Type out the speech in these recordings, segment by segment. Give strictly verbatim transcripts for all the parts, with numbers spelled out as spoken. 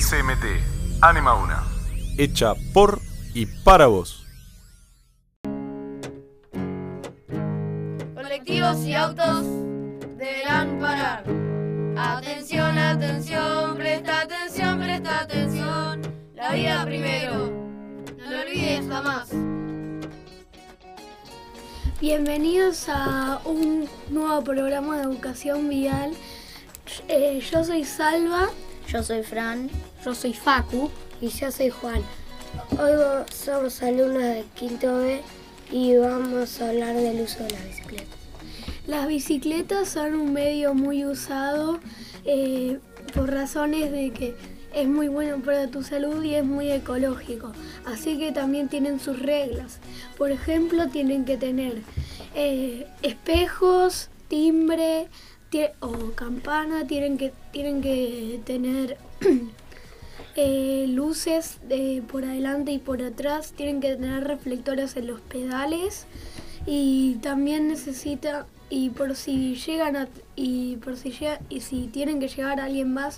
S M T, Anima Una. Hecha por y para vos. Colectivos y autos deberán parar. Atención, atención, presta atención, presta atención. La vida primero, no lo olvides jamás. Bienvenidos a un nuevo programa de educación vial. Eh, yo soy Salva. Yo soy Fran. Yo soy Facu. Y yo soy Juan. Hoy somos alumnos de quinto B y vamos a hablar del uso de las bicicletas. Las bicicletas son un medio muy usado eh, por razones de que es muy bueno para tu salud y es muy ecológico. Así que también tienen sus reglas. Por ejemplo, tienen que tener eh, espejos, timbre o campana, tienen que, tienen que tener eh, luces de por adelante y por atrás, tienen que tener reflectores en los pedales y también necesita, y por si llegan a, y por si llega, y si tienen que llegar a alguien más,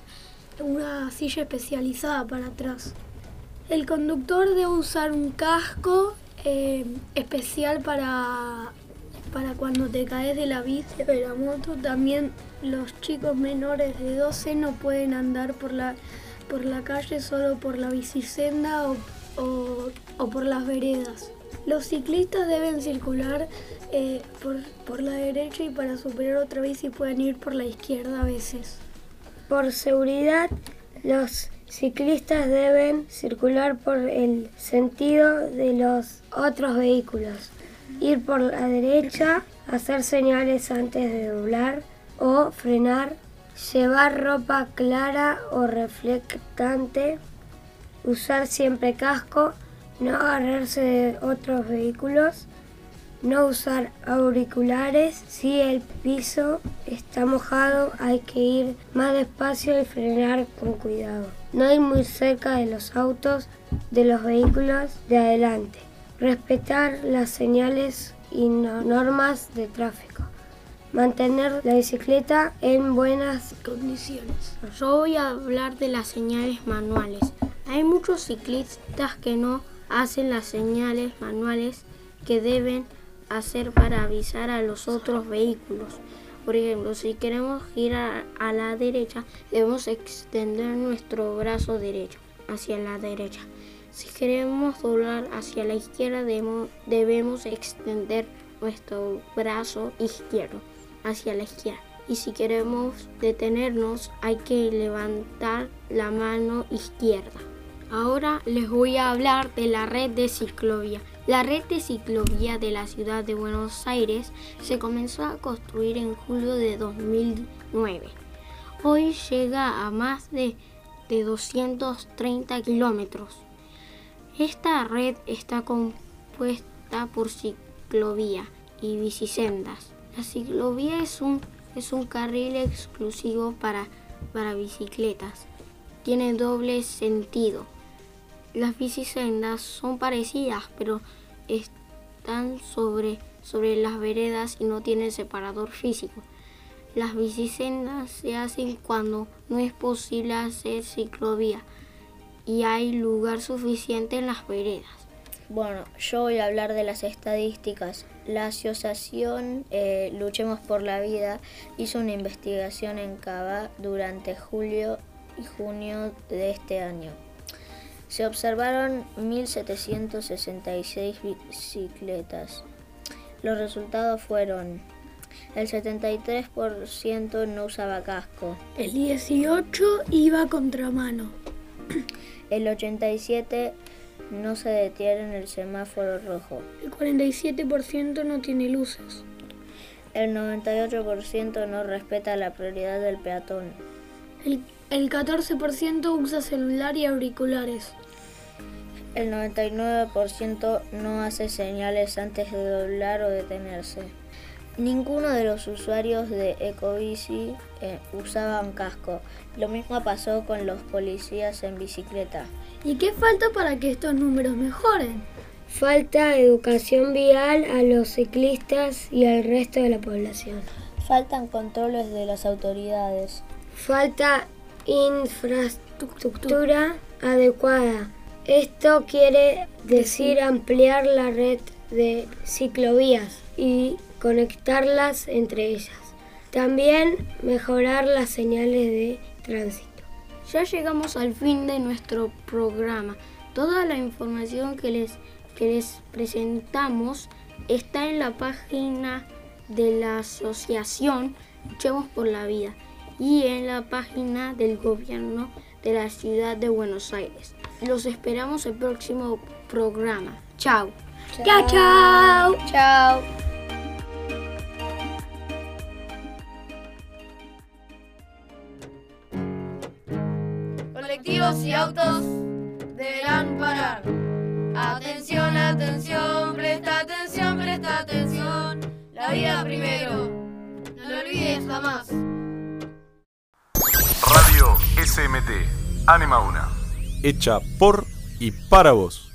una silla especializada para atrás. El conductor debe usar un casco eh, especial para, para cuando te caes de la bici o de la moto. También los chicos menores de doce no pueden andar por la, por la calle, solo por la bicisenda o, o, o por las veredas. Los ciclistas deben circular eh, por, por la derecha y para superar otra bici pueden ir por la izquierda a veces. Por seguridad, los ciclistas deben circular por el sentido de los otros vehículos, ir por la derecha, hacer señales antes de doblar o frenar, llevar ropa clara o reflectante, usar siempre casco, no agarrarse de otros vehículos, no usar auriculares. Si el piso está mojado, hay que ir más despacio y frenar con cuidado. No ir muy cerca de los autos, de los vehículos de adelante. Respetar las señales y normas de tráfico. Mantener la bicicleta en buenas condiciones. Yo voy a hablar de las señales manuales. Hay muchos ciclistas que no hacen las señales manuales que deben hacer para avisar a los otros vehículos. Por ejemplo, si queremos girar a la derecha, debemos extender nuestro brazo derecho hacia la derecha. Si queremos doblar hacia la izquierda, debemos, debemos extender nuestro brazo izquierdo hacia la izquierda. Y si queremos detenernos, hay que levantar la mano izquierda. Ahora les voy a hablar de la red de ciclovía. La red de ciclovía de la ciudad de Buenos Aires se comenzó a construir en julio de dos mil nueve. Hoy llega a más de, de doscientos treinta kilómetros. Esta red está compuesta por ciclovía y bicisendas. La ciclovía es un, es un carril exclusivo para, para bicicletas. Tiene doble sentido. Las bicisendas son parecidas, pero están sobre, sobre las veredas y no tienen separador físico. Las bicisendas se hacen cuando no es posible hacer ciclovía y hay lugar suficiente en las veredas. Bueno, yo voy a hablar de las estadísticas. La asociación eh, Luchemos por la Vida hizo una investigación en Cava durante julio y junio de este año. Se observaron mil setecientas sesenta y seis bicicletas. Los resultados fueron: el setenta y tres por ciento no usaba casco, el dieciocho por ciento iba a contramano, el ochenta y siete por ciento no se detiene en el semáforo rojo, el cuarenta y siete por ciento no tiene luces, el noventa y ocho por ciento no respeta la prioridad del peatón, el, el catorce por ciento usa celular y auriculares, el noventa y nueve por ciento no hace señales antes de doblar o detenerse. Ninguno de los usuarios de Ecobici eh, usaban casco. Lo mismo pasó con los policías en bicicleta. ¿Y qué falta para que estos números mejoren? Falta educación vial a los ciclistas y al resto de la población. Faltan controles de las autoridades. Falta infraestructura adecuada. Esto quiere decir ampliar la red de ciclovías y conectarlas entre ellas. También mejorar las señales de tránsito. Ya llegamos al fin de nuestro programa. Toda la información que les, que les presentamos está en la página de la asociación Luchemos por la Vida y en la página del gobierno de la ciudad de Buenos Aires. Los esperamos el próximo programa. Chao. Chao, chao. Chao. Colectivos y autos deberán parar. Atención, atención, presta atención, presta atención. La vida primero, no lo olvides jamás. Radio S M T, Anima una. Hecha por y para vos.